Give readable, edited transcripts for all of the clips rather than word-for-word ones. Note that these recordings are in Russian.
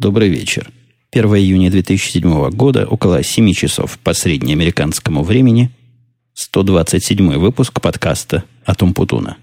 добрый вечер. 1 июня 2007 года, около 7 часов по среднеамериканскому времени, 127 выпуск подкаста от Умпутуна.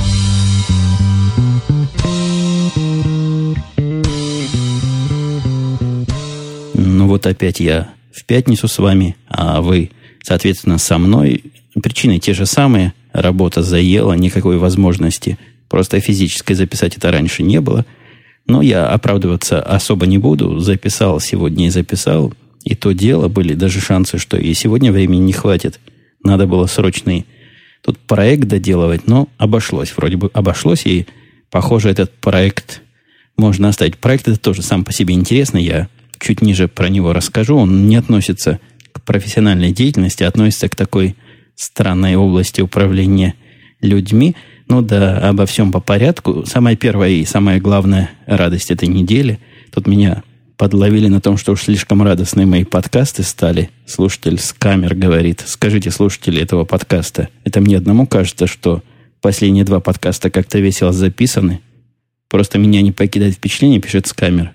Ну вот опять я в пятницу с вами, а вы, соответственно, со мной. Причины те же самые. Работа заела, никакой возможности просто физической записать это раньше не было. Но я оправдываться особо не буду. Записал сегодня и записал. И то дело, были даже шансы, что и сегодня времени не хватит. Надо было срочный тут проект доделывать, но обошлось. Вроде бы обошлось, и, похоже, этот проект можно оставить. Проект это тоже сам по себе интересный. Я чуть ниже про него расскажу. Он не относится к профессиональной деятельности, а относится к такой странной области управления людьми. Ну да, обо всем по порядку. Самая первая и самая главная радость этой недели. Тут меня подловили на том, что уж слишком радостные мои подкасты стали. Слушатель с камер говорит: скажите, слушатели этого подкаста, это мне одному кажется, что последние 2 подкаста как-то весело записаны. Просто меня не покидает впечатление, пишет с камер.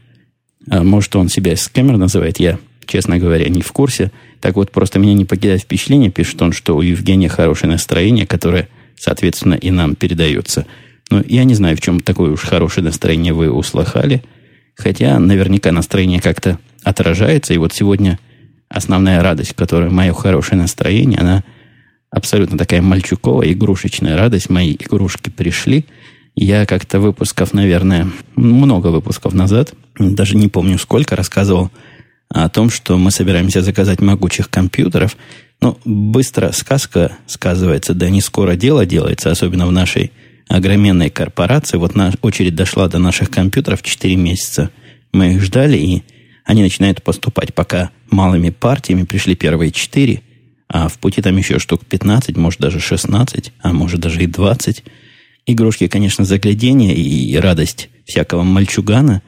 А может, он себя с камер называет, я, честно говоря, не в курсе. Так вот, просто меня не покидает впечатление, пишет он, что у Евгения хорошее настроение, которое, соответственно, и нам передается. Но я не знаю, в чем такое уж хорошее настроение вы услыхали. Хотя наверняка настроение как-то отражается. И вот сегодня основная радость, которая мое хорошее настроение, она абсолютно такая мальчуковая, игрушечная радость. Мои игрушки пришли. Я как-то выпусков, наверное, много выпусков назад, даже не помню сколько, рассказывал о том, что мы собираемся заказать могучих компьютеров. Ну, быстро сказка сказывается, да не скоро дело делается, особенно в нашей огроменной корпорации. Вот очередь дошла до наших компьютеров 4 месяца. Мы их ждали, и они начинают поступать. Пока малыми партиями пришли первые 4, а в пути там еще штук 15, может даже 16, а может даже и 20. Игрушки, конечно, загляденье и радость всякого мальчугана.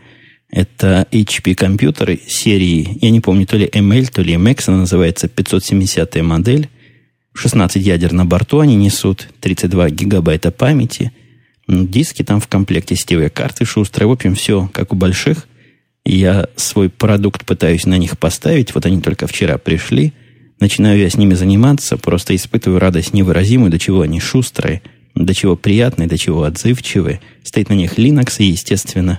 Это HP компьютеры серии, я не помню, то ли ML, то ли MX, она называется 570-я модель. 16 ядер на борту они несут, 32 гигабайта памяти. Диски там в комплекте, сетевые карты шустрые. В общем, все как у больших. Я свой продукт пытаюсь на них поставить. Вот они только вчера пришли. Начинаю я с ними заниматься. Просто испытываю радость невыразимую, до чего они шустрые, до чего приятные, до чего отзывчивые. Стоит на них Linux, и, естественно,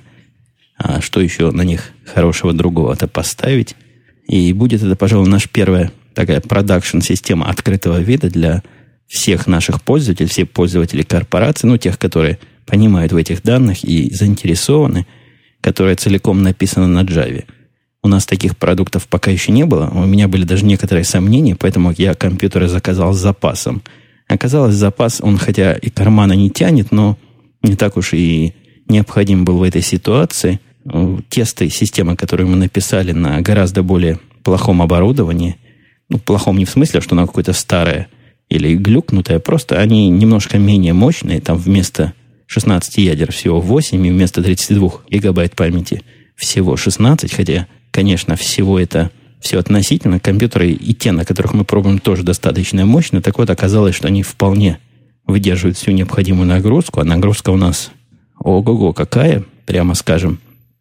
а что еще на них хорошего другого-то поставить? И будет это, пожалуй, наша первая такая продакшн-система открытого вида для всех наших пользователей, всех пользователей корпорации, ну, тех, которые понимают в этих данных и заинтересованы, которая целиком написана на Java. У нас таких продуктов пока еще не было. У меня были даже некоторые сомнения, поэтому я компьютеры заказал с запасом. Оказалось, запас, он хотя и кармана не тянет, но не так уж и необходим был в этой ситуации. Тесты системы, которые мы написали на гораздо более плохом оборудовании, ну, плохом не в смысле, что оно какое-то старое или глюкнутое, просто они немножко менее мощные, там вместо 16 ядер всего 8, и вместо 32 гигабайт памяти всего 16, хотя, конечно, всего это все относительно. Компьютеры и те, на которых мы пробуем, тоже достаточно мощные. Так вот, оказалось, что они вполне выдерживают всю необходимую нагрузку, а нагрузка у нас ого-го какая, прямо скажем.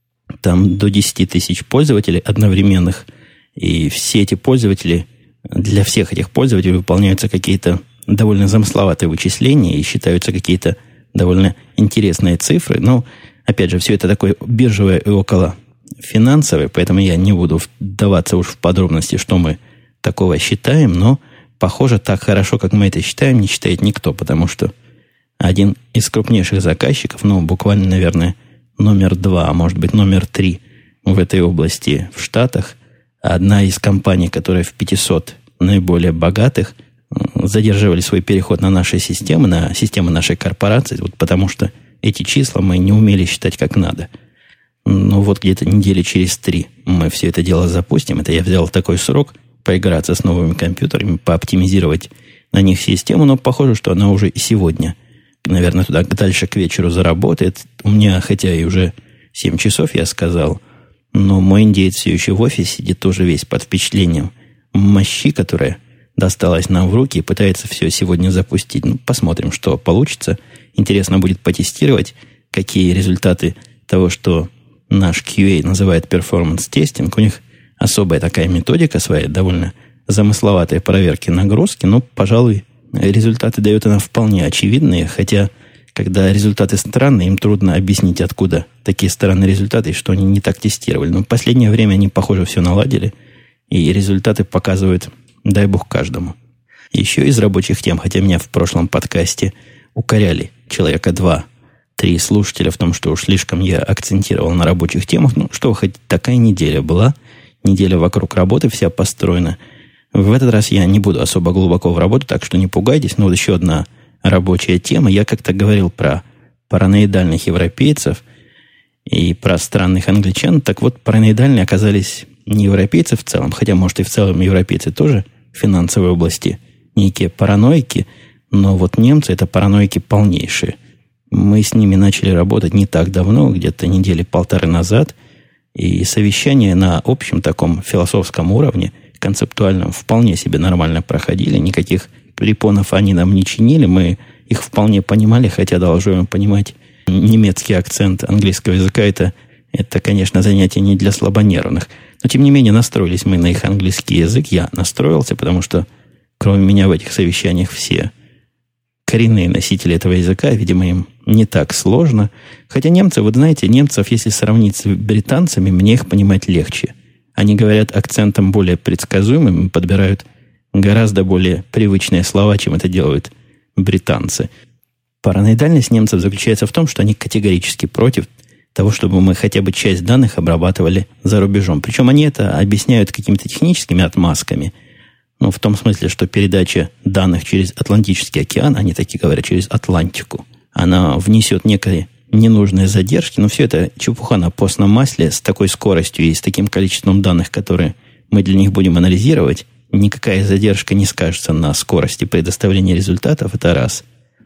Там до 10 тысяч пользователей одновременных, и все эти пользователи, для всех этих пользователей выполняются какие-то довольно замысловатые вычисления и считаются какие-то довольно интересные цифры. Но, опять же, все это такое биржевое и около финансовое, поэтому я не буду вдаваться уж в подробности, что мы такого считаем, но, похоже, так хорошо, как мы это считаем, не считает никто, потому что один из крупнейших заказчиков, ну, буквально, наверное, номер 2, а может быть, номер 3 в этой области в Штатах, одна из компаний, которая в 500 наиболее богатых, задерживали свой переход на наши системы, на системы нашей корпорации, вот потому что эти числа мы не умели считать как надо. Ну, вот где-то недели через 3 мы все это дело запустим. Это я взял такой срок поиграться с новыми компьютерами, пооптимизировать на них систему, но похоже, что она уже и сегодня, наверное, туда дальше к вечеру заработает. У меня, хотя и уже 7 часов, я сказал, но мой индеец все еще в офисе сидит тоже весь под впечатлением мощи, которая досталась нам в руки, и пытается все сегодня запустить. Ну, посмотрим, что получится. Интересно будет потестировать, какие результаты того, что наш QA называет перформанс-тестинг. У них особая такая методика своя, довольно замысловатые проверки нагрузки, но, пожалуй, результаты дает она вполне очевидные, хотя, когда результаты странные, им трудно объяснить, откуда такие странные результаты, и что они не так тестировали. Но в последнее время они, похоже, все наладили, и результаты показывают, дай бог, каждому. Еще из рабочих тем, хотя меня в прошлом подкасте укоряли человека 2-3 слушателя в том, что уж слишком я акцентировал на рабочих темах. Ну, что вы хотите, такая неделя была, неделя вокруг работы вся построена. В этот раз я не буду особо глубоко в работу, так что не пугайтесь. Но вот еще одна рабочая тема. Я как-то говорил про параноидальных европейцев и про странных англичан. Так вот, параноидальные оказались не европейцы в целом, хотя, может, и в целом европейцы тоже в финансовой области некие параноики, но вот немцы – это параноики полнейшие. Мы с ними начали работать не так давно, где-то недели 1.5 назад, и совещания на общем таком философском уровне, концептуальном, вполне себе нормально проходили, никаких препонов они нам не чинили, мы их вполне понимали, хотя должен им понимать немецкий акцент английского языка, это, конечно, занятие не для слабонервных. Но, тем не менее, настроились мы на их английский язык. Я настроился, потому что, кроме меня, в этих совещаниях все коренные носители этого языка, видимо, им не так сложно. Хотя немцы, вот знаете, немцев, если сравнить с британцами, мне их понимать легче. Они говорят акцентом более предсказуемым и подбирают гораздо более привычные слова, чем это делают британцы. Параноидальность немцев заключается в том, что они категорически против того, чтобы мы хотя бы часть данных обрабатывали за рубежом. Причем они это объясняют какими-то техническими отмазками. Ну, в том смысле, что передача данных через Атлантический океан, они такие говорят, через Атлантику, она внесет некие ненужные задержки, но все это чепуха на постном масле с такой скоростью и с таким количеством данных, которые мы для них будем анализировать, никакая задержка не скажется на скорости предоставления результатов, это раз.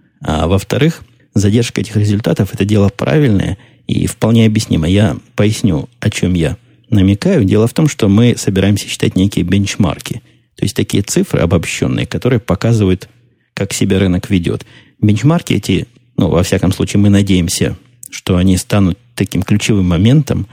А во-вторых, задержка этих результатов – это дело правильное и вполне объяснимо. Я поясню, о чем я намекаю. Дело в том, что мы собираемся считать некие бенчмарки, то есть такие цифры обобщенные, которые показывают, как себя рынок ведет. Бенчмарки эти, ну, во всяком случае, мы надеемся, что они станут таким ключевым моментом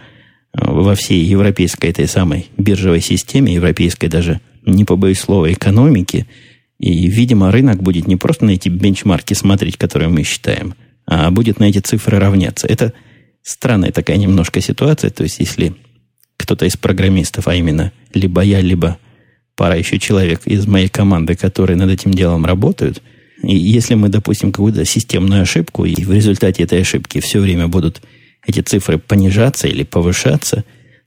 во всей европейской этой самой биржевой системе, европейской даже, не побоюсь слова, экономики. И, видимо, рынок будет не просто на эти бенчмарки смотреть, которые мы считаем, а будет на эти цифры равняться. Это странная такая немножко ситуация. То есть, если кто-то из программистов, а именно либо я, либо пара еще человек из моей команды, которые над этим делом работают, и если мы допустим какую-то системную ошибку, и в результате этой ошибки все время будут эти цифры понижаться или повышаться,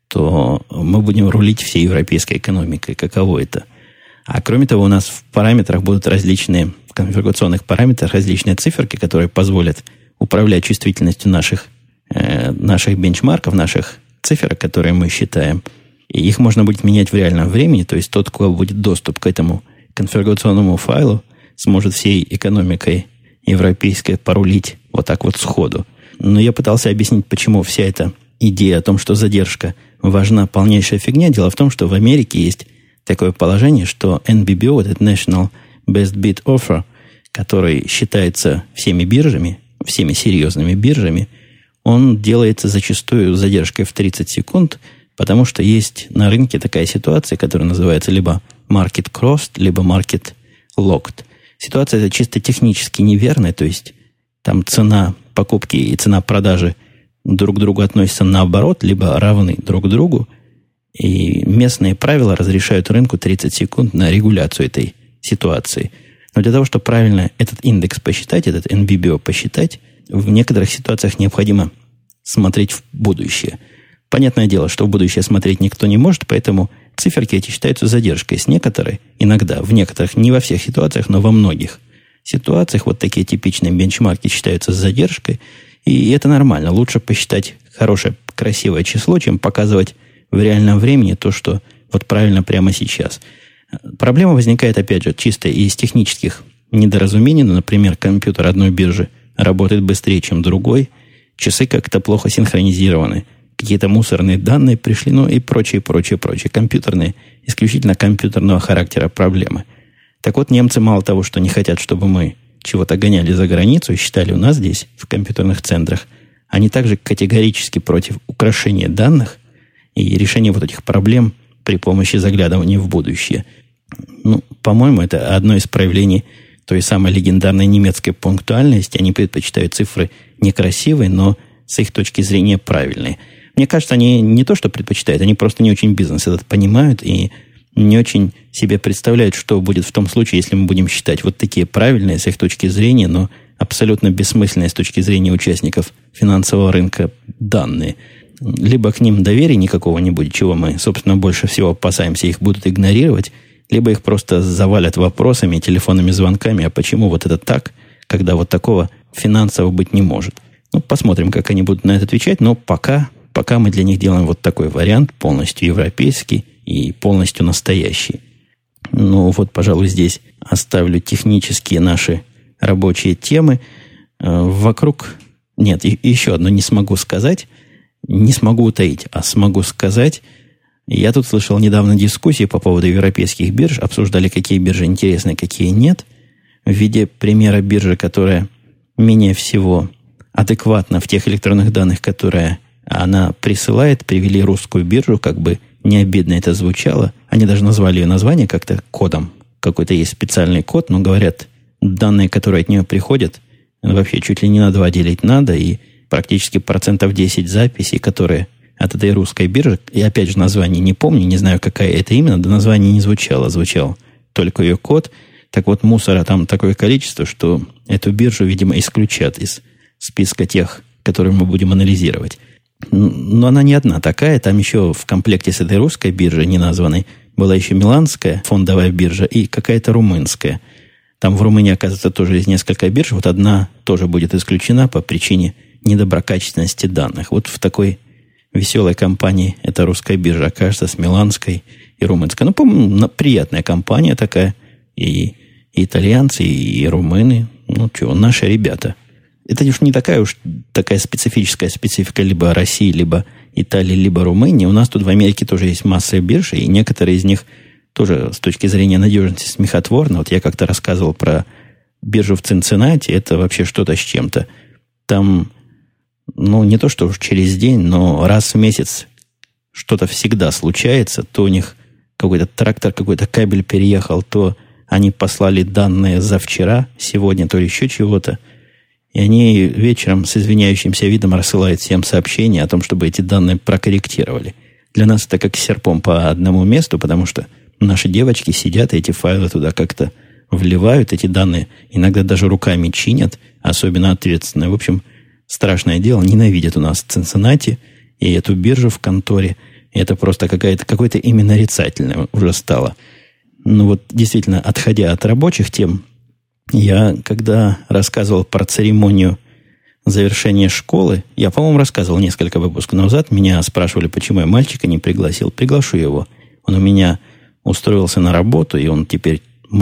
то мы будем рулить всей европейской экономикой. Каково это? А кроме того, у нас в параметрах будут различные, в конфигурационных параметрах различные циферки, которые позволят управлять чувствительностью наших бенчмарков, наших циферок, которые мы считаем. И их можно будет менять в реальном времени, то есть тот, у кого будет доступ к этому конфигурационному файлу, сможет всей экономикой европейской порулить вот так вот сходу. Но я пытался объяснить, почему вся эта идея о том, что задержка важна, полнейшая фигня. Дело в том, что в Америке есть такое положение, что NBBO, этот National Best Bid Offer, который считается всеми биржами, всеми серьезными биржами, он делается зачастую с задержкой в 30 секунд, потому что есть на рынке такая ситуация, которая называется либо Market Crossed, либо Market Locked. Ситуация эта чисто технически неверная, то есть там цена покупки и цена продажи друг к другу относятся наоборот, либо равны друг другу, и местные правила разрешают рынку 30 секунд на регуляцию этой ситуации. Но для того, чтобы правильно этот индекс посчитать, этот NBBO посчитать, в некоторых ситуациях необходимо смотреть в будущее. Понятное дело, что в будущее смотреть никто не может, поэтому циферки эти считаются задержкой. С некоторой, иногда, в некоторых, не во всех ситуациях, но во многих ситуациях вот такие типичные бенчмарки считаются с задержкой, и это нормально. Лучше посчитать хорошее, красивое число, чем показывать в реальном времени то, что вот правильно прямо сейчас. Проблема возникает, опять же, чисто из технических недоразумений. Ну, например, компьютер одной биржи работает быстрее, чем другой. Часы как-то плохо синхронизированы. Какие-то мусорные данные пришли, ну и прочее. Компьютерные, исключительно компьютерного характера проблемы. Так вот, немцы мало того, что не хотят, чтобы мы чего-то гоняли за границу и считали у нас здесь, в компьютерных центрах, они также категорически против украшения данных и решения вот этих проблем при помощи заглядывания в будущее. По-моему, это одно из проявлений той самой легендарной немецкой пунктуальности. Они предпочитают цифры некрасивые, но с их точки зрения правильные. Мне кажется, они не то, что предпочитают, они просто не очень бизнес этот понимают и не очень себе представляют, что будет в том случае, если мы будем считать вот такие правильные с их точки зрения, но абсолютно бессмысленные с точки зрения участников финансового рынка данные. Либо к ним доверия никакого не будет, чего мы, собственно, больше всего опасаемся, их будут игнорировать, либо их просто завалят вопросами, телефонными звонками, а почему вот это так, когда вот такого финансово быть не может. Посмотрим, как они будут на это отвечать, но пока мы для них делаем вот такой вариант, полностью европейский и полностью настоящий. Пожалуй, здесь оставлю технические наши рабочие темы. Вокруг... Нет, еще одно не смогу сказать. Не смогу утаить, а смогу сказать. Я тут слышал недавно дискуссии по поводу европейских бирж. Обсуждали, какие биржи интересны, какие нет. В виде примера биржи, которая менее всего адекватна в тех электронных данных, которые она присылает, привели русскую биржу, как бы не обидно это звучало. Они даже назвали ее название как-то кодом. Какой-то есть специальный код, но говорят, данные, которые от нее приходят, вообще чуть ли не на 2 делить надо, и практически 10% записей, которые от этой русской биржи, и опять же название не помню, не знаю, какая это именно, до названия не звучало, звучал только ее код. Так вот, мусора там такое количество, что эту биржу, видимо, исключат из списка тех, которые мы будем анализировать. Но она не одна такая. Там еще в комплекте с этой русской биржей, не названной, была еще миланская фондовая биржа и какая-то румынская. Там в Румынии, оказывается, тоже есть несколько бирж. Вот одна тоже будет исключена по причине недоброкачественности данных. Вот в такой веселой компании эта русская биржа окажется с миланской и румынской. По-моему, приятная компания такая. И итальянцы, и румыны. Наши ребята. Это уж не такая специфическая специфика либо России, либо Италии, либо Румынии. У нас тут в Америке тоже есть масса бирж, и некоторые из них тоже с точки зрения надежности смехотворны. Вот я как-то рассказывал про биржу в Цинциннати. Это вообще что-то с чем-то. Там, не то что уж через день, но раз в месяц что-то всегда случается. То у них какой-то трактор, какой-то кабель переехал, то они послали данные за вчера, сегодня, то еще чего-то. И они вечером с извиняющимся видом рассылают всем сообщения о том, чтобы эти данные прокорректировали. Для нас это как серпом по одному месту, потому что наши девочки сидят и эти файлы туда как-то вливают, эти данные иногда даже руками чинят, особенно ответственные. В общем, страшное дело, ненавидят у нас Цинциннати и эту биржу в конторе. И это просто какое-то имя нарицательное уже стало. Действительно, отходя от рабочих тем, я, когда рассказывал про церемонию завершения школы, я, по-моему, рассказывал несколько выпусков назад, меня спрашивали, почему я мальчика не пригласил. Приглашу его. Он у меня устроился на работу, и он теперь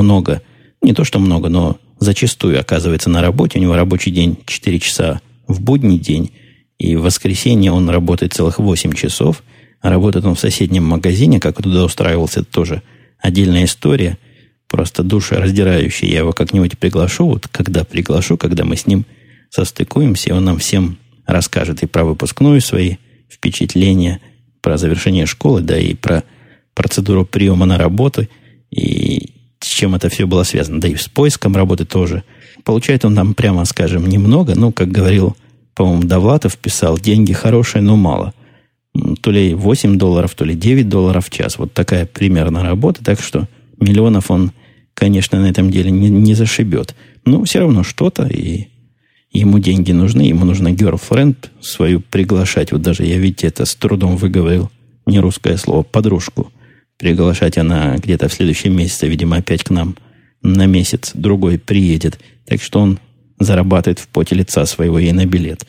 не то что много, но зачастую оказывается на работе. У него рабочий день 4 часа в будний день, и в воскресенье он работает целых 8 часов, а работает он в соседнем магазине, как он туда устраивался, это тоже отдельная история. Просто душераздирающий. Я его как-нибудь приглашу. Когда мы с ним состыкуемся, и он нам всем расскажет и про выпускную свои впечатления, про завершение школы, да, и про процедуру приема на работу, и с чем это все было связано. Да и с поиском работы тоже. Получает он нам, прямо скажем, немного. Как говорил, по-моему, Довлатов писал, деньги хорошие, но мало. То ли $8, то ли $9 в час. Вот такая примерно работа. Так что миллионов он, конечно, на этом деле не зашибет. Но все равно что-то, и ему деньги нужны, ему нужно girlfriend свою приглашать. Вот даже я, видите, это с трудом выговорил, не русское слово, подружку. Приглашать она где-то в следующем месяце, видимо, опять к нам на месяц другой приедет. Так что он зарабатывает в поте лица своего ей на билет.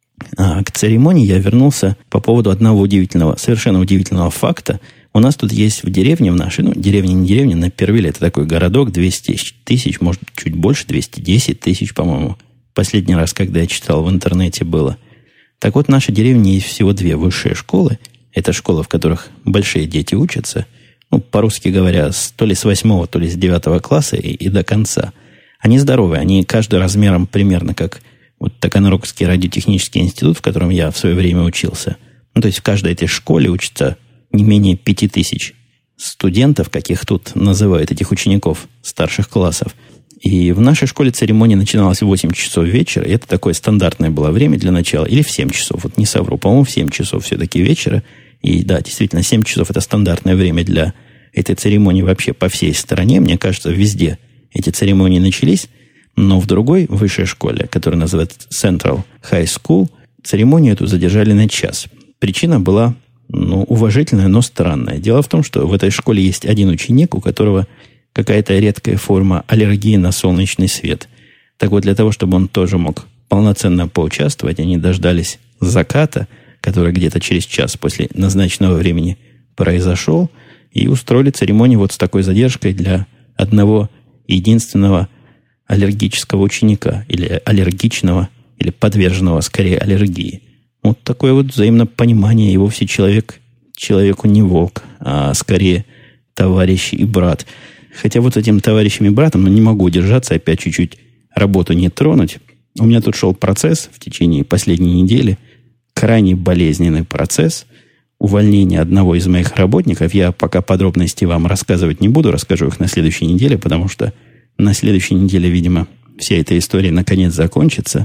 А к церемонии я вернулся по поводу одного совершенно удивительного факта. У нас тут есть в деревне в нашей, деревня не деревня, на Первиле, это такой городок, 200 тысяч, может, чуть больше, 210 тысяч, по-моему. Последний раз, когда я читал в интернете, было. Так вот, в нашей деревне есть всего 2 высшие школы. Это школы, в которых большие дети учатся. По-русски говоря, то ли с 8, то ли с 9 класса и до конца. Они здоровые, они каждый размером примерно как вот Таганрогский радиотехнический институт, в котором я в свое время учился. Ну, то есть в каждой этой школе учатся не менее 5000 студентов, как их тут называют, этих учеников старших классов. И в нашей школе церемония начиналась в 8 часов вечера. И это такое стандартное было время для начала. Или в 7 часов. Вот не совру. По-моему, в 7 часов все-таки вечера. И да, действительно, 7 часов – это стандартное время для этой церемонии вообще по всей стране. Мне кажется, везде эти церемонии начались. Но в другой высшей школе, которая называется Central High School, церемонию эту задержали на час. Причина была, уважительная, но странная. Дело в том, что в этой школе есть один ученик, у которого какая-то редкая форма аллергии на солнечный свет. Так вот, для того, чтобы он тоже мог полноценно поучаствовать, они дождались заката, который где-то через час после назначенного времени произошел, и устроили церемонию вот с такой задержкой для одного единственного аллергического ученика, или аллергичного, или подверженного, скорее, аллергии. Вот такое вот взаимное понимание, и вовсе человеку не волк, а скорее товарищ и брат. Хотя вот этим товарищем и братом, не могу удержаться, опять чуть-чуть работу не тронуть. У меня тут шел процесс в течение последней недели, крайне болезненный процесс увольнения одного из моих работников. Я пока подробности вам рассказывать не буду, расскажу их на следующей неделе, потому что на следующей неделе, видимо, вся эта история наконец закончится.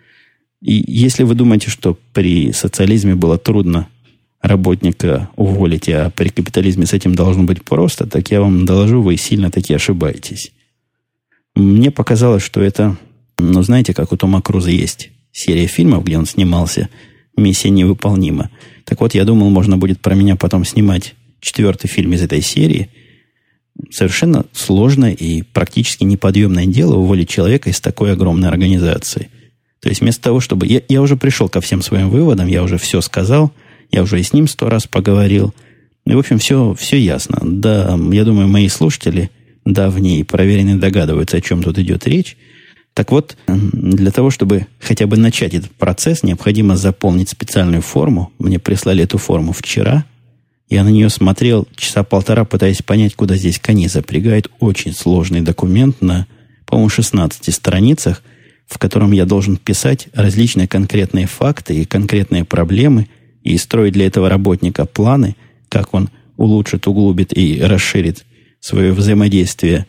И если вы думаете, что при социализме было трудно работника уволить, а при капитализме с этим должно быть просто, так я вам доложу, вы сильно таки ошибаетесь. Мне показалось, что это, знаете, как у Тома Круза есть серия фильмов, где он снимался, «Миссия невыполнима». Так вот, я думал, можно будет про меня потом снимать 4-й фильм из этой серии. Совершенно сложное и практически неподъемное дело уволить человека из такой огромной организации. То есть вместо того, чтобы... Я уже пришел ко всем своим выводам, я уже все сказал, я уже и с ним 100 раз поговорил. И, в общем, все ясно. Да, я думаю, мои слушатели давние и проверенные догадываются, о чем тут идет речь. Так вот, для того, чтобы хотя бы начать этот процесс, необходимо заполнить специальную форму. Мне прислали эту форму вчера. Я на нее смотрел часа полтора, пытаясь понять, куда здесь кони запрягают. Очень сложный документ на, по-моему, 16 страницах, в котором я должен писать различные конкретные факты и конкретные проблемы и строить для этого работника планы, как он улучшит, углубит и расширит свое взаимодействие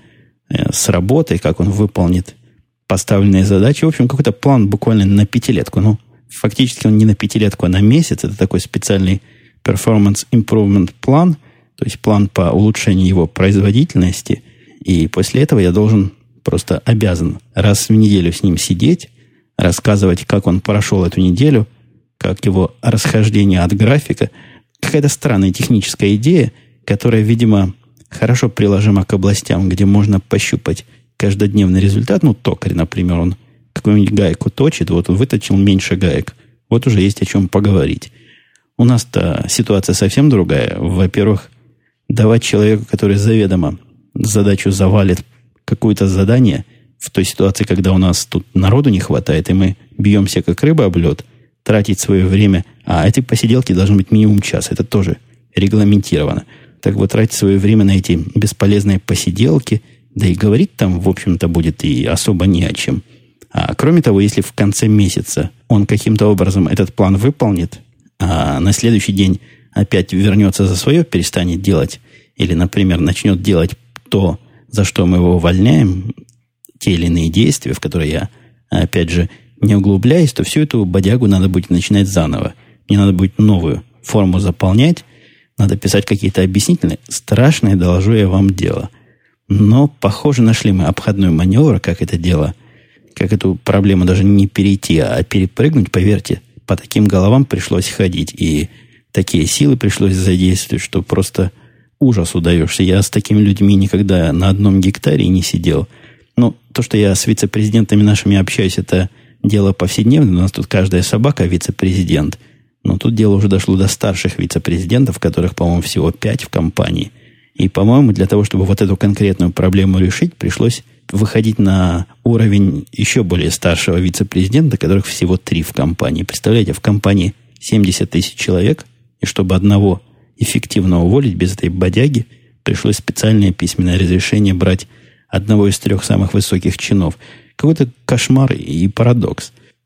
с работой, как он выполнит поставленные задачи. В общем, какой-то план буквально на 5-летку. Фактически он не на 5-летку, а на месяц. Это такой специальный performance improvement план, то есть план по улучшению его производительности. И после этого я просто обязан раз в неделю с ним сидеть, рассказывать, как он прошел эту неделю, как его расхождение от графика. Какая-то странная техническая идея, которая, видимо, хорошо приложима к областям, где можно пощупать каждодневный результат. Токарь, например, он какую-нибудь гайку точит, вот выточил меньше гаек. Вот уже есть о чем поговорить. У нас-то ситуация совсем другая. Во-первых, давать человеку, который заведомо задачу завалит, какое-то задание в той ситуации, когда у нас тут народу не хватает, и мы бьемся как рыба об лед, тратить свое время, а эти посиделки должны быть минимум час. Это тоже регламентировано. Так вот, тратить свое время на эти бесполезные посиделки, да и говорить там, в общем-то, будет и особо не о чем. А кроме того, если в конце месяца он каким-то образом этот план выполнит, а на следующий день опять вернется за свое, перестанет делать, или, например, начнет делать то, за что мы его увольняем, те или иные действия, в которые я, опять же, не углубляюсь, то всю эту бодягу надо будет начинать заново. Мне надо будет новую форму заполнять, надо писать какие-то объяснительные. Страшное, доложу я вам, дело. Но, похоже, нашли мы обходной маневр, как это дело, как эту проблему даже не перейти, а перепрыгнуть, поверьте, по таким головам пришлось ходить. И такие силы пришлось задействовать, что просто ужас удаешься. Я с такими людьми никогда на одном гектаре не сидел. То, что я с вице-президентами нашими общаюсь, это дело повседневное. У нас тут каждая собака вице-президент. Но тут дело уже дошло до старших вице-президентов, которых, по-моему, всего 5 в компании. И, по-моему, для того, чтобы вот эту конкретную проблему решить, пришлось выходить на уровень еще более старшего вице-президента, которых всего 3 в компании. Представляете, в компании 70 тысяч человек, и чтобы одного эффективно уволить без этой бодяги, пришлось специальное письменное разрешение брать одного из 3 самых высоких чинов. Какой-то кошмар и парадокс.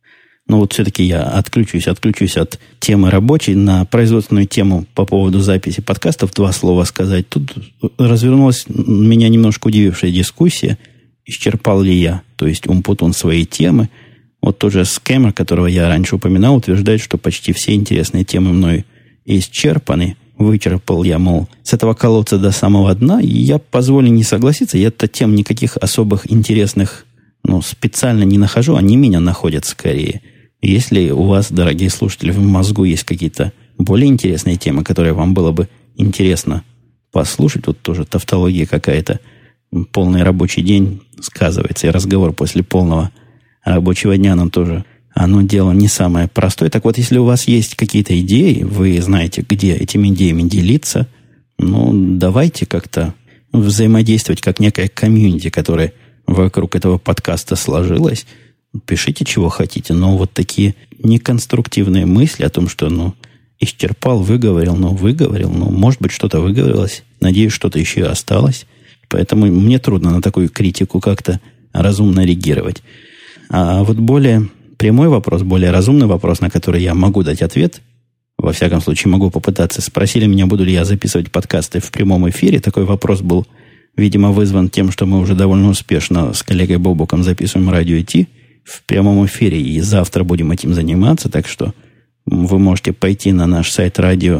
Но вот все-таки я отключусь от темы рабочей на производственную тему по поводу записи подкастов. 2 слова сказать. Тут развернулась меня немножко удивившая дискуссия. Исчерпал ли я, то есть Умпутун, свои темы. Вот тот же Скэмер, которого я раньше упоминал, утверждает, что почти все интересные темы мной исчерпаны. Вычерпал я, мол, с этого колодца до самого дна. И я позволю не согласиться. Я-то тем никаких особых интересных, специально не нахожу. Они меня находят скорее. Если у вас, дорогие слушатели, в мозгу есть какие-то более интересные темы, которые вам было бы интересно послушать, вот тоже тавтология какая-то, полный рабочий день сказывается, и разговор после полного рабочего дня, оно дело не самое простое. Так вот, если у вас есть какие-то идеи, вы знаете, где этими идеями делиться, давайте как-то взаимодействовать, как некая комьюнити, которая вокруг этого подкаста сложилась. Пишите, чего хотите, но вот такие неконструктивные мысли о том, что, исчерпал, выговорил, может быть, что-то выговорилось, надеюсь, что-то еще и осталось. Поэтому мне трудно на такую критику как-то разумно реагировать. А вот более прямой вопрос, более разумный вопрос, на который я могу дать ответ, во всяком случае могу попытаться. Спросили меня, буду ли я записывать подкасты в прямом эфире. Такой вопрос был, видимо, вызван тем, что мы уже довольно успешно с коллегой Бобуком записываем радио IT в прямом эфире, и завтра будем этим заниматься, так что вы можете пойти на наш сайт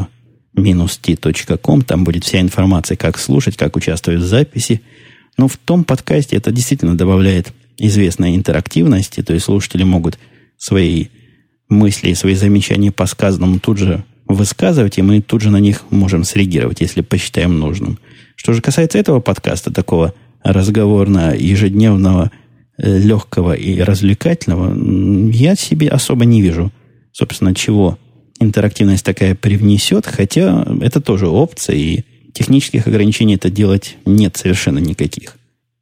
radio-t.com, там будет вся информация, как слушать, как участвовать в записи. Но в том подкасте это действительно добавляет известной интерактивности, то есть слушатели могут свои мысли и свои замечания по сказанному тут же высказывать, и мы тут же на них можем среагировать, если посчитаем нужным. Что же касается этого подкаста, такого разговорно-ежедневного, легкого и развлекательного, я себе особо не вижу, собственно, чего интерактивность такая привнесет, хотя это тоже опция, и технических ограничений это делать нет совершенно никаких.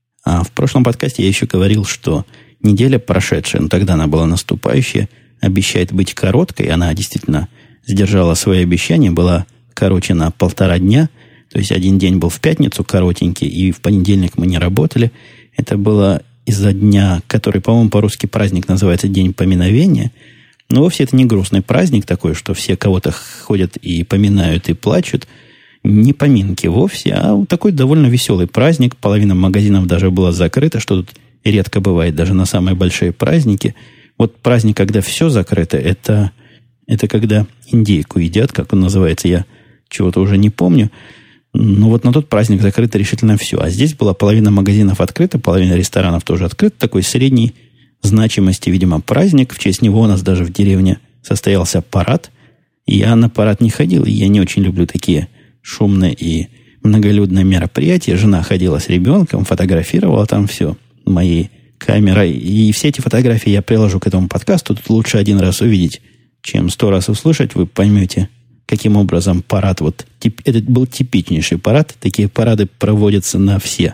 А в прошлом подкасте я еще говорил, что неделя прошедшая, тогда она была наступающая, обещает быть короткой, она действительно сдержала свои обещания, была короче на 1,5 дня, то есть один день был в пятницу коротенький, и в понедельник мы не работали. Это было из-за дня, который, по-моему, по-русски праздник называется День поминовения. Но вовсе это не грустный праздник такой, что все кого-то ходят и поминают, и плачут. Не поминки вовсе, а такой довольно веселый праздник. Половина магазинов даже была закрыта, что тут редко бывает даже на самые большие праздники. Вот праздник, когда все закрыто, это когда индейку едят, как он называется, я чего-то уже не помню. Но вот на тот праздник закрыто решительно все. А здесь была половина магазинов открыта, половина ресторанов тоже открыта. Такой средней значимости, видимо, праздник. В честь него у нас даже в деревне состоялся парад. Я на парад не ходил, и я не очень люблю такие шумные и многолюдные мероприятия. Жена ходила с ребенком, фотографировала там все моей камерой. И все эти фотографии я приложу к этому подкасту. Тут лучше один раз увидеть, чем 100 раз услышать. Вы поймете, каким образом парад, это был типичнейший парад. Такие парады проводятся на все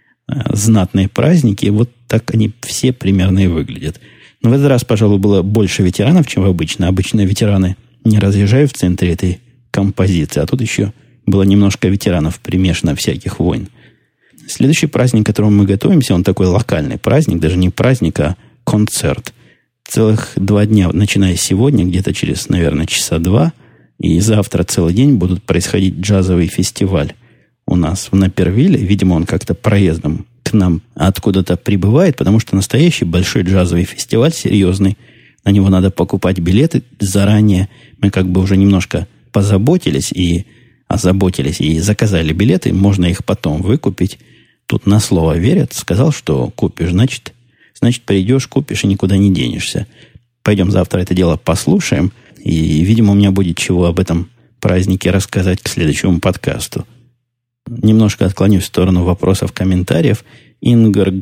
знатные праздники. Вот так они все примерно и выглядят. Но в этот раз, пожалуй, было больше ветеранов, чем обычно. Обычно ветераны не разъезжают в центре этой композиции. А тут еще было немножко ветеранов примешано всяких войн. Следующий праздник, к которому мы готовимся, он такой локальный праздник. Даже не праздник, а концерт. Целых 2 дня, начиная с сегодня, где-то через, наверное, часа 2, и завтра целый день будут происходить джазовый фестиваль у нас в Напервилле. Видимо, он как-то проездом к нам откуда-то прибывает, потому что настоящий большой джазовый фестиваль, серьезный. На него надо покупать билеты заранее. Мы как бы уже немножко озаботились и заказали билеты. Можно их потом выкупить. Тут на слово верят. Сказал, что купишь, значит придешь, купишь и никуда не денешься. Пойдем завтра это дело послушаем. И, видимо, у меня будет чего об этом празднике рассказать к следующему подкасту. Немножко отклонюсь в сторону вопросов, комментариев. Ингар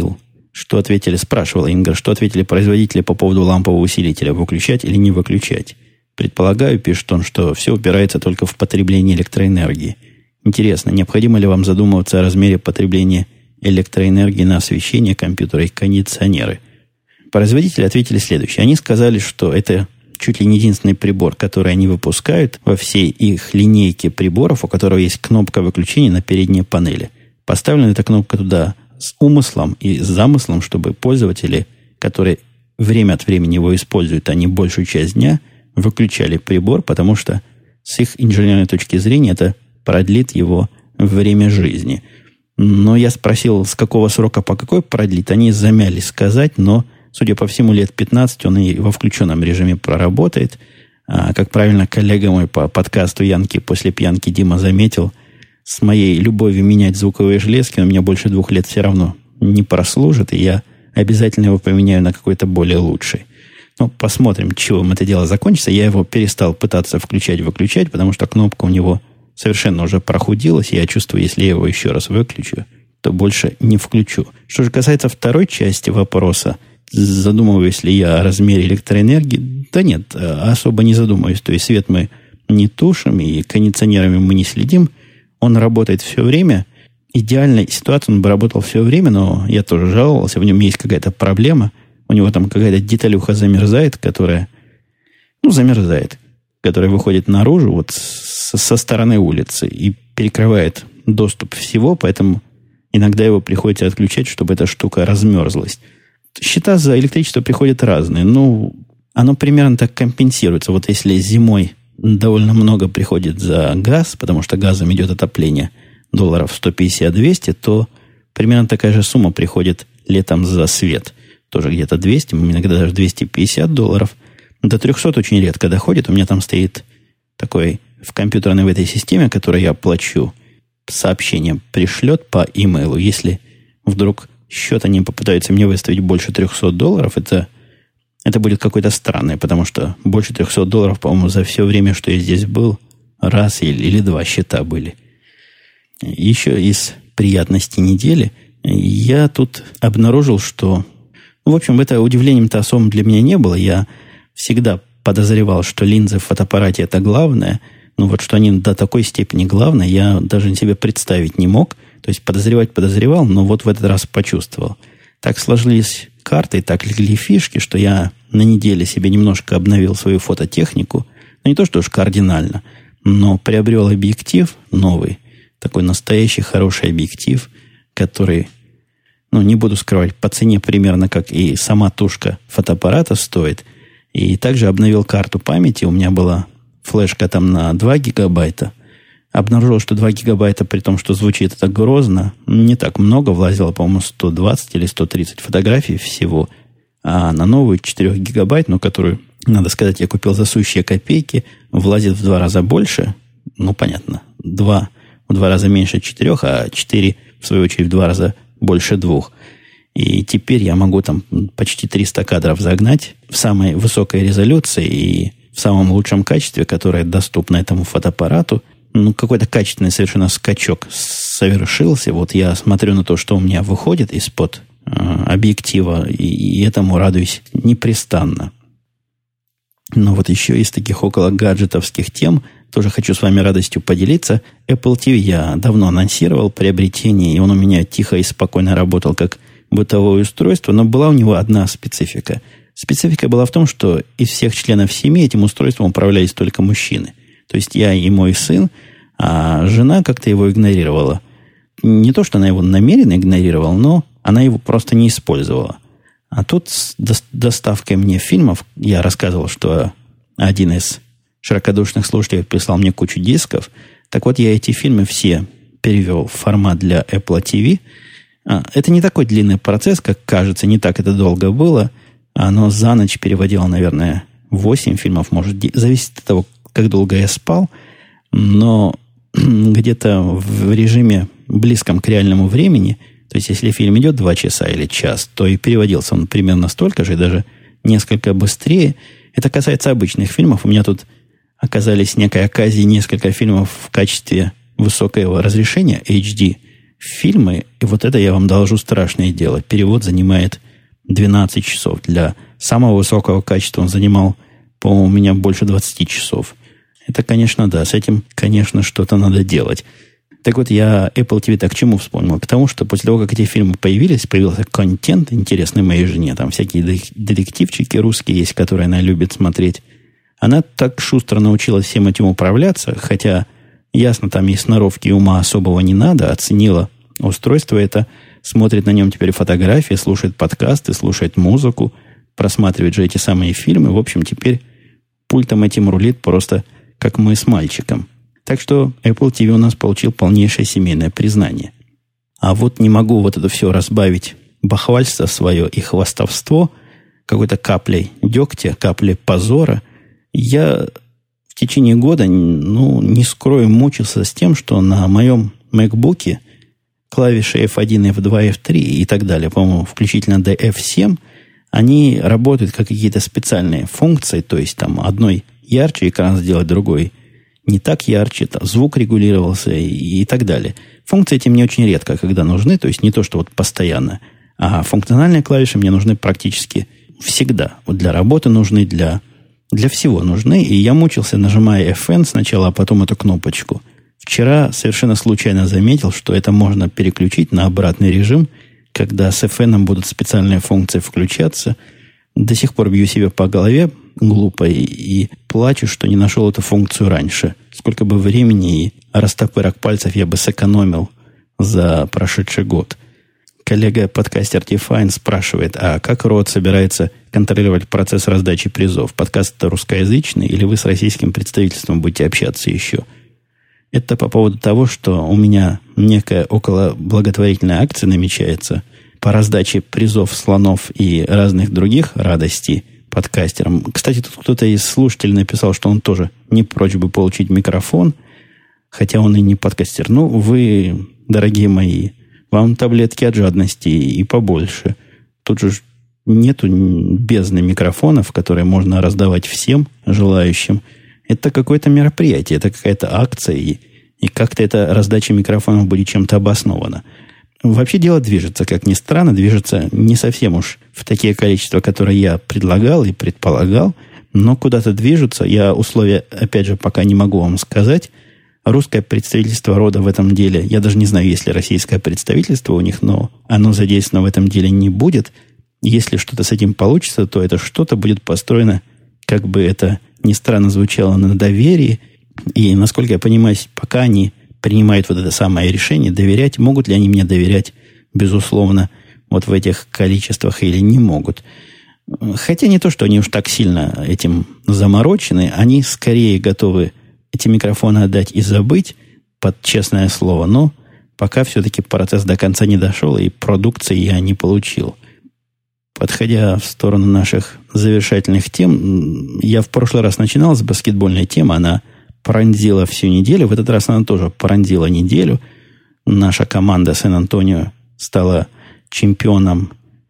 спрашивала Ингар, что ответили производители по поводу лампового усилителя, выключать или не выключать. Предполагаю, пишет он, что все упирается только в потребление электроэнергии. Интересно, необходимо ли вам задумываться о размере потребления электроэнергии на освещение компьютера и кондиционеры? Производители ответили следующее. Они сказали, что это чуть ли не единственный прибор, который они выпускают во всей их линейке приборов, у которого есть кнопка выключения на передней панели. Поставлена эта кнопка туда с умыслом и с замыслом, чтобы пользователи, которые время от времени его используют, а не большую часть дня, выключали прибор, потому что с их инженерной точки зрения это продлит его время жизни. Но я спросил, с какого срока по какой продлит. Они замялись сказать, но, судя по всему, лет 15 он и во включенном режиме проработает. А, как правильно коллега мой по подкасту Янки после пьянки Дима заметил, с моей любовью менять звуковые железки он у меня больше 2 лет все равно не прослужит, и я обязательно его поменяю на какой-то более лучший. Ну, посмотрим, чего это дело закончится. Я его перестал пытаться включать-выключать, потому что кнопка у него совершенно уже прохудилась. Я чувствую, если я его еще раз выключу, то больше не включу. Что же касается второй части вопроса, задумываюсь ли я о размере электроэнергии? Да нет, особо не задумываюсь. То есть свет мы не тушим, и кондиционерами мы не следим. Он работает все время. Идеальная ситуация, он бы работал все время, но я тоже жаловался, в нем есть какая-то проблема. У него там какая-то деталюха замерзает, которая выходит наружу вот со стороны улицы и перекрывает доступ всего, поэтому иногда его приходится отключать, чтобы эта штука размерзлась. Счета за электричество приходят разные. Ну, оно примерно так компенсируется. Вот если зимой довольно много приходит за газ, потому что газом идет отопление долларов 150-200, то примерно такая же сумма приходит летом за свет. Тоже где-то 200, иногда даже $250. До 300 очень редко доходит. У меня там стоит такой в компьютерной в этой системе, которой я плачу, сообщение пришлет по имейлу. Если вдруг счет они попытаются мне выставить больше $300, это будет какое-то странное, потому что больше $300, по-моему, за все время, что я здесь был, раз или 2 счета были. Еще из приятностей недели я тут обнаружил, что... в общем, это удивлением-то особым для меня не было. Я всегда подозревал, что линзы в фотоаппарате это главное. Но вот что они до такой степени главное, я даже себе представить не мог. То есть подозревал, но вот в этот раз почувствовал. Так сложились карты, так легли фишки, что я на неделе себе немножко обновил свою фототехнику. Ну, не то, что уж кардинально, но приобрел объектив новый. Такой настоящий хороший объектив, который... не буду скрывать, по цене примерно как и сама тушка фотоаппарата стоит. И также обновил карту памяти. У меня была флешка там на 2 гигабайта. Обнаружил, что 2 гигабайта, при том, что звучит это грозно, не так много. Влазило, по-моему, 120 или 130 фотографий всего. А на новую 4 гигабайт, которую, надо сказать, я купил за сущие копейки, влазит в 2 раза больше. Ну, понятно. 2 в 2 раза меньше 4, а 4, в свою очередь, в 2 раза больше 2. И теперь я могу там почти 300 кадров загнать в самой высокой резолюции и в самом лучшем качестве, которое доступно этому фотоаппарату. Какой-то качественный совершенно скачок совершился. Вот я смотрю на то, что у меня выходит из-под объектива, и этому радуюсь непрестанно. Но вот еще из таких около гаджетовских тем тоже хочу с вами радостью поделиться. Apple TV я давно анонсировал приобретение, и он у меня тихо и спокойно работал как бытовое устройство, но была у него одна специфика. Специфика была в том, что из всех членов семьи этим устройством управлялись только мужчины. То есть я и мой сын, а жена как-то его игнорировала. Не то, что она его намеренно игнорировала, но она его просто не использовала. А тут с доставкой мне фильмов, я рассказывал, что один из широкодушных слушателей прислал мне кучу дисков. Так вот, я эти фильмы все перевел в формат для Apple TV. Это не такой длинный процесс, как кажется, не так это долго было. Оно за ночь переводило, наверное, 8 фильмов, может, зависит от того, как долго я спал. Но где-то в режиме близком к реальному времени, то есть если фильм идет 2 часа или час, то и переводился он примерно столько же, и даже несколько быстрее. Это касается обычных фильмов. У меня тут оказались некой оказией несколько фильмов в качестве высокого разрешения HD фильмы. И вот это я вам доложу страшное дело. Перевод занимает 12 часов. Для самого высокого качества он занимал, по-моему, у меня больше 20 часов. Это, конечно, да, с этим, конечно, что-то надо делать. Так вот, я Apple TV так к чему вспомнил? К тому, что после того, как эти фильмы появился контент интересный моей жене, там всякие детективчики русские есть, которые она любит смотреть. Она так шустро научилась всем этим управляться, хотя, ясно, там и сноровки, и ума особого не надо, оценила устройство это, смотрит на нем теперь фотографии, слушает подкасты, слушает музыку, просматривать же эти самые фильмы. В общем, теперь пультом этим рулит просто как мы с мальчиком. Так что Apple TV у нас получил полнейшее семейное признание. А вот не могу вот это все разбавить бахвальство свое и хвастовство какой-то каплей дегтя, каплей позора. Я в течение года, не скрою, мучился с тем, что на моем MacBook'е клавиши F1, F2, F3 и так далее, по-моему, включительно до F7, они работают как какие-то специальные функции, то есть там одной ярче экран сделать, другой не так ярче, там звук регулировался и так далее. Функции эти мне очень редко когда нужны, то есть не то, что вот постоянно, а функциональные клавиши мне нужны практически всегда. Вот для работы нужны, для всего нужны, и я мучился, нажимая FN сначала, а потом эту кнопочку. Вчера совершенно случайно заметил, что это можно переключить на обратный режим, когда с FN будут специальные функции включаться. До сих пор бью себя по голове глупо и плачу, что не нашел эту функцию раньше. Сколько бы времени и растопырок пальцев я бы сэкономил за прошедший год. Коллега-подкастер Define спрашивает, а как РОТ собирается контролировать процесс раздачи призов? Подкаст-то русскоязычный, или вы с российским представительством будете общаться еще? Это по поводу того, что у меня некая около благотворительная акция намечается по раздаче призов, слонов и разных других радостей подкастерам. Кстати, тут кто-то из слушателей написал, что он тоже не прочь бы получить микрофон, хотя он и не подкастер. Ну, вы, дорогие мои, вам таблетки от жадности и побольше. Тут же нету бездны микрофонов, которые можно раздавать всем желающим. Это какое-то мероприятие, это какая-то акция, и как-то эта раздача микрофонов будет чем-то обоснована. Вообще дело движется, как ни странно, движется не совсем уж в такие количества, которые я предлагал и предполагал, но куда-то движутся. Я условия, опять же, пока не могу вам сказать. Русское представительство рода в этом деле, я даже не знаю, есть ли российское представительство у них, но оно задействовано в этом деле не будет. Если что-то с этим получится, то это что-то будет построено, как бы это ни странно звучало, на доверии. И, насколько я понимаю, пока они принимают вот это самое решение, доверять, могут ли они мне доверять, безусловно, вот в этих количествах или не могут. Хотя не то, что они уж так сильно этим заморочены, они скорее готовы эти микрофоны отдать и забыть, под честное слово, но пока все-таки процесс до конца не дошел, и продукции я не получил. Подходя в сторону наших завершательных тем, я в прошлый раз начинал с баскетбольной темы, она пронзила всю неделю, в этот раз она тоже пронзила неделю. Наша команда Сан-Антонио стала чемпионом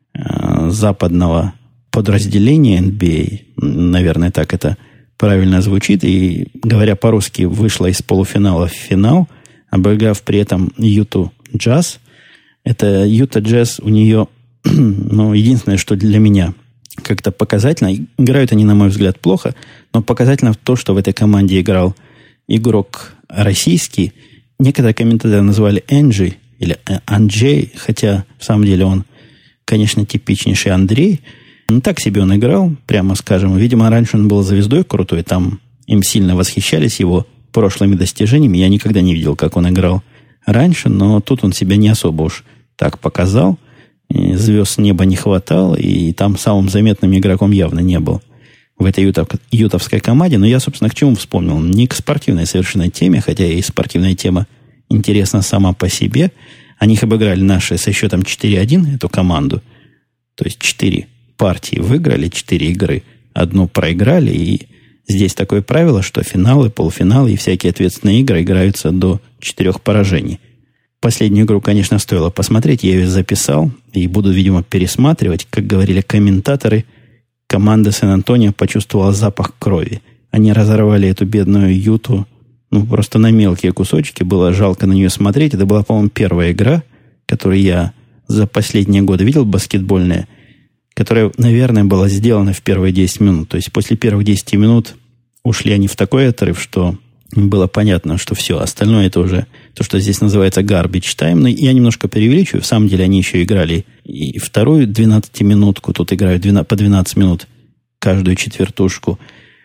западного подразделения NBA, наверное, так это правильно звучит, и, говоря по-русски, вышла из полуфинала в финал, обыграв при этом Юту Джаз. Это Юта Джаз, у нее, единственное, что для меня как-то показательно, играют они, на мой взгляд, плохо, но показательно то, что в этой команде играл игрок российский. Некоторые комментаторы называли Энджи или Анджей, хотя в самом деле он, конечно, типичнейший Андрей. Ну, так себе он играл, прямо скажем. Видимо, раньше он был звездой крутой, там им сильно восхищались его прошлыми достижениями. Я никогда не видел, как он играл раньше, но тут он себя не особо уж так показал. И звезд с неба не хватало, и там самым заметным игроком явно не был в этой ютовской команде. Но я, собственно, к чему вспомнил? Не к спортивной совершенно теме, хотя и спортивная тема интересна сама по себе. Они их обыграли наши со счетом 4-1, эту команду. То есть 4 партии выиграли, 4 игры. Одну проиграли, и здесь такое правило, что финалы, полуфиналы и всякие ответственные игры играются до 4 поражений. Последнюю игру, конечно, стоило посмотреть, я ее записал и буду, видимо, пересматривать. Как говорили комментаторы, команда Сан-Антонио почувствовала запах крови. Они разорвали эту бедную Юту, просто на мелкие кусочки. Было жалко на нее смотреть. Это была, по-моему, первая игра, которую я за последние годы видел, баскетбольная, которая, наверное, была сделана в первые 10 минут. То есть после первых 10 минут ушли они в такой отрыв, что было понятно, что все, остальное это уже то, что здесь называется garbage time. Но я немножко преувеличиваю. В самом деле они еще играли и вторую 12-минутку. Тут играют по 12 минут каждую четвертушку.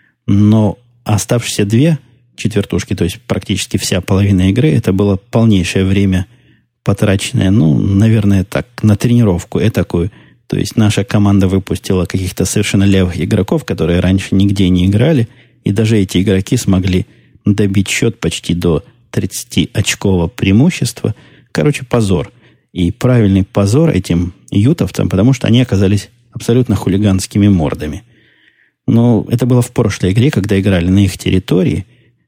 Но оставшиеся 2 четвертушки, то есть практически вся половина игры, это было полнейшее время потраченное, наверное, так, на тренировку этакую То есть наша команда выпустила каких-то совершенно левых игроков, которые раньше нигде не играли, и даже эти игроки смогли добить счет почти до 30-очкового преимущества. Короче, позор. И правильный позор этим ютовцам, потому что они оказались абсолютно хулиганскими мордами. Но это было в прошлой игре, когда играли на их территории,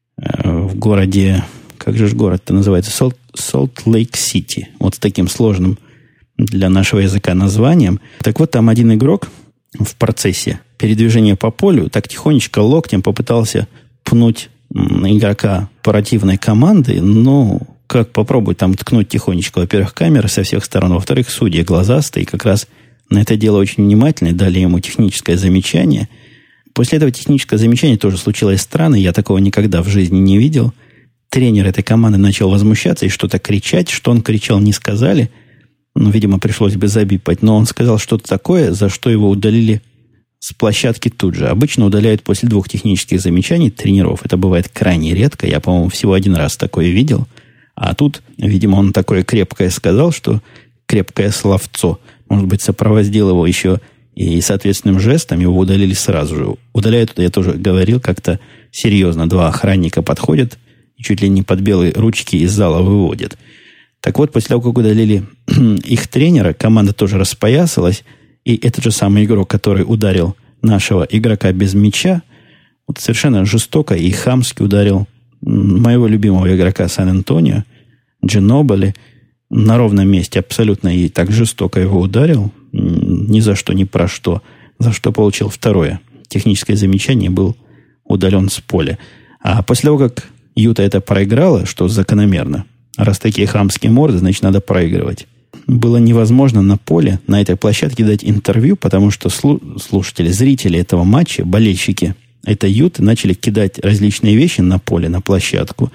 в городе, как же город-то называется, Солт-Лейк-Сити. Вот с таким сложным для нашего языка названием. Так вот, там один игрок в процессе передвижения по полю так тихонечко локтем попытался пнуть игрока противной команды. Ну, как попробовать там ткнуть тихонечко? Во-первых, камеры со всех сторон. Во-вторых, судьи глазастые как раз на это дело очень внимательны, дали ему техническое замечание. После этого техническое замечание тоже случилось странно. Я такого никогда в жизни не видел. Тренер этой команды начал возмущаться и что-то кричать. Что он кричал, не сказали. Ну, видимо, пришлось бы забипать. Но он сказал что-то такое, за что его удалили с площадки тут же. Обычно удаляют после 2 технических замечаний тренеров. Это бывает крайне редко. Я, по-моему, всего 1 раз такое видел. А тут, видимо, он такое крепкое сказал, что крепкое словцо, может быть, сопроводил его еще и соответственным жестом, его удалили сразу же. Удаляют, я тоже говорил, как-то серьезно. 2 охранника подходят и чуть ли не под белые ручки из зала выводят. Так вот, после того, как удалили их тренера, команда тоже распоясалась, и этот же самый игрок, который ударил нашего игрока без мяча, вот совершенно жестоко и хамски ударил моего любимого игрока Сан-Антонио, Джинобили, на ровном месте абсолютно и так жестоко его ударил, ни за что, ни про что, за что получил 2 техническое замечание, был удален с поля. А после того, как Юта это проиграла, что закономерно, раз такие хамские морды, значит, надо проигрывать. Было невозможно на поле, на этой площадке дать интервью, потому что слушатели, зрители этого матча, болельщики этой Юты начали кидать различные вещи на поле, на площадку.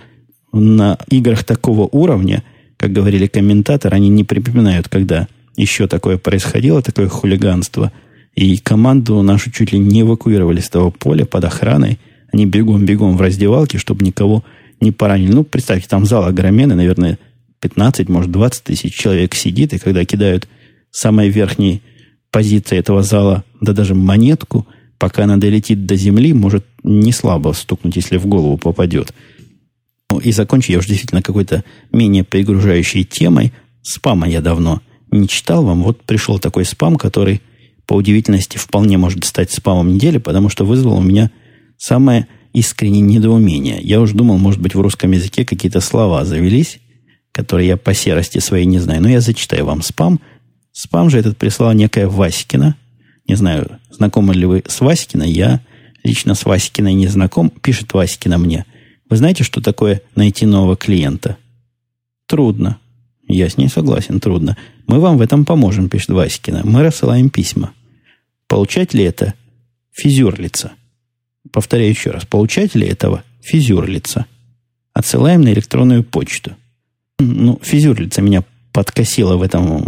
На играх такого уровня, как говорили комментаторы, они не припоминают, когда еще такое происходило, такое хулиганство. И команду нашу чуть ли не эвакуировали с того поля под охраной. Они бегом-бегом в раздевалке, чтобы никого не поранили. Ну, представьте, там зал огроменный, наверное, 15, может, 20 тысяч человек сидит, и когда кидают с самой верхней позиции этого зала, да даже монетку, пока она долетит до земли, может не слабо стукнуть, если в голову попадет. Ну, и закончу я уже действительно какой-то менее перегружающей темой. Спама я давно не читал вам. Вот пришел такой спам, который по удивительности вполне может стать спамом недели, потому что вызвал у меня самое искреннее недоумение. Я уж думал, может быть, в русском языке какие-то слова завелись, которые я по серости своей не знаю. Но я зачитаю вам спам. Спам же этот прислала некая Васькина. Не знаю, знакомы ли вы с Васькиной. Я лично с Васькиной не знаком. Пишет Васькина мне: вы знаете, что такое найти нового клиента? Трудно. Я с ней согласен, трудно. Мы вам в этом поможем, пишет Васькина. Мы рассылаем письма. Получать ли это? Физюрлица. Повторяю еще раз. Получать ли этого? Физюрлица. Отсылаем на электронную почту. Ну, физюрлица меня подкосила в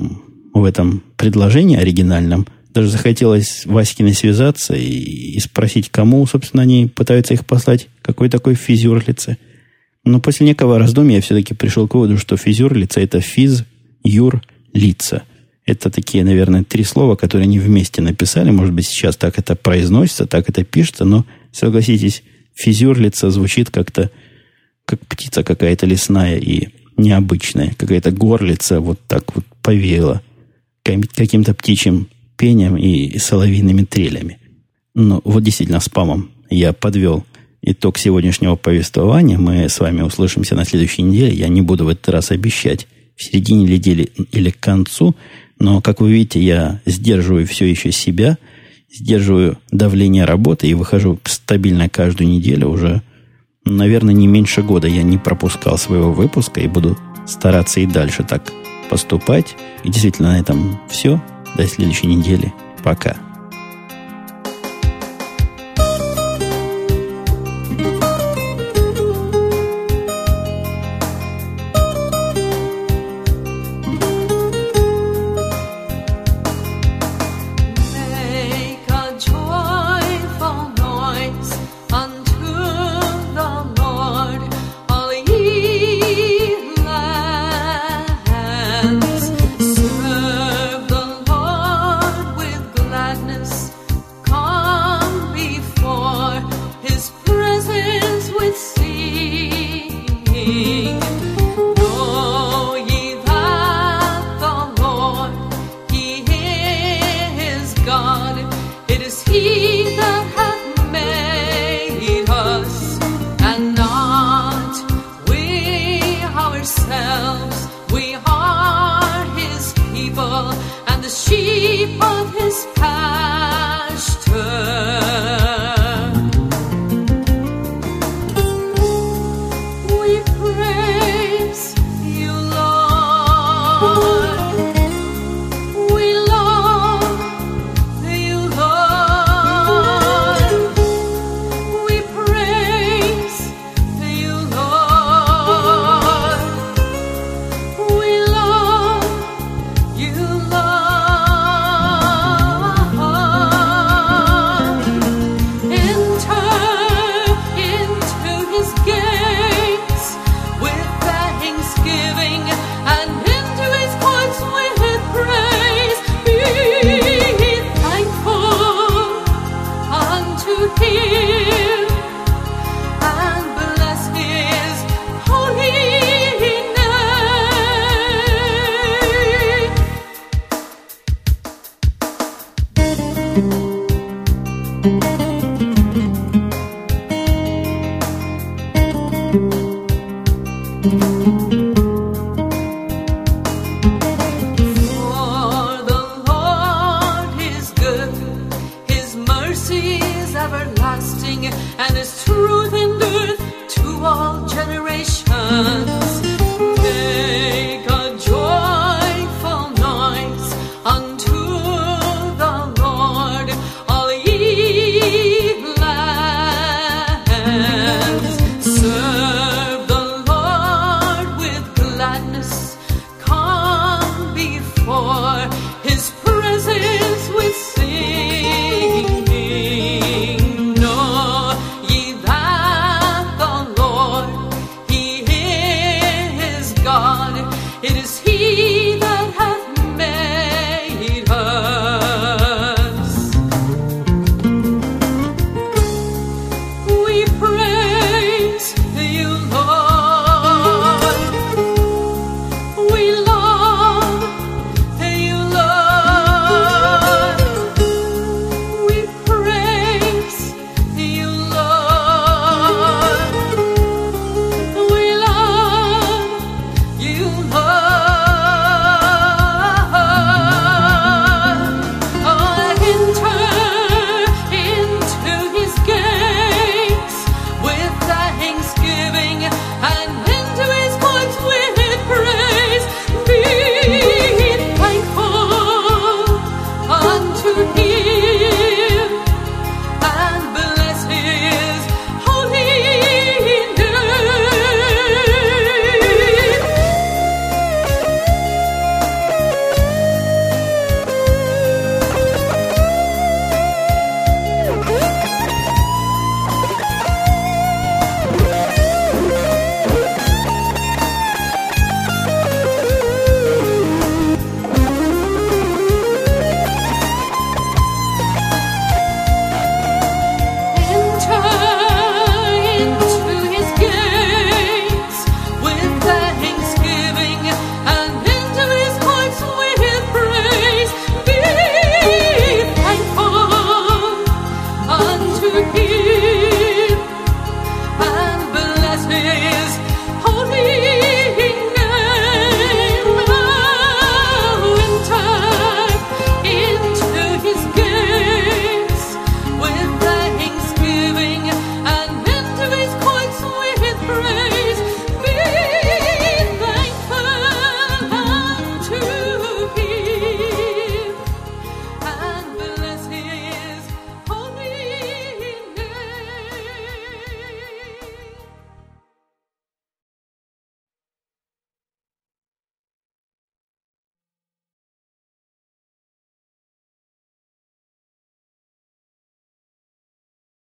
этом предложении оригинальном. Даже захотелось Васькиной связаться и спросить, кому, собственно, они пытаются их послать, какой такой физюрлице. Но после некого раздумья я все-таки пришел к выводу, что физюрлица – это физ, юр, лица. Это такие, наверное, 3 слова, которые они вместе написали. Может быть, сейчас так это произносится, так это пишется, но, согласитесь, физюрлица звучит как-то, как птица какая-то лесная и необычная. Какая-то горлица вот так вот повеяла каким-то птичьим пением и соловьиными трелями. Ну, вот действительно, спамом я подвел итог сегодняшнего повествования. Мы с вами услышимся на следующей неделе. Я не буду в этот раз обещать в середине недели или к концу. Но, как вы видите, я сдерживаю все еще себя, сдерживаю давление работы и выхожу стабильно каждую неделю. Уже, наверное, не меньше года я не пропускал своего выпуска и буду стараться и дальше так поступать. И действительно, на этом все. До следующей недели. Пока. ourselves. We are his people and the sheep of his pasture. We praise you, Lord. We love you, Lord. We praise you, Lord. We love you, Lord. Enter into his gates with thanksgiving and into his courts with praise. Be thankful unto him and bless his holy name.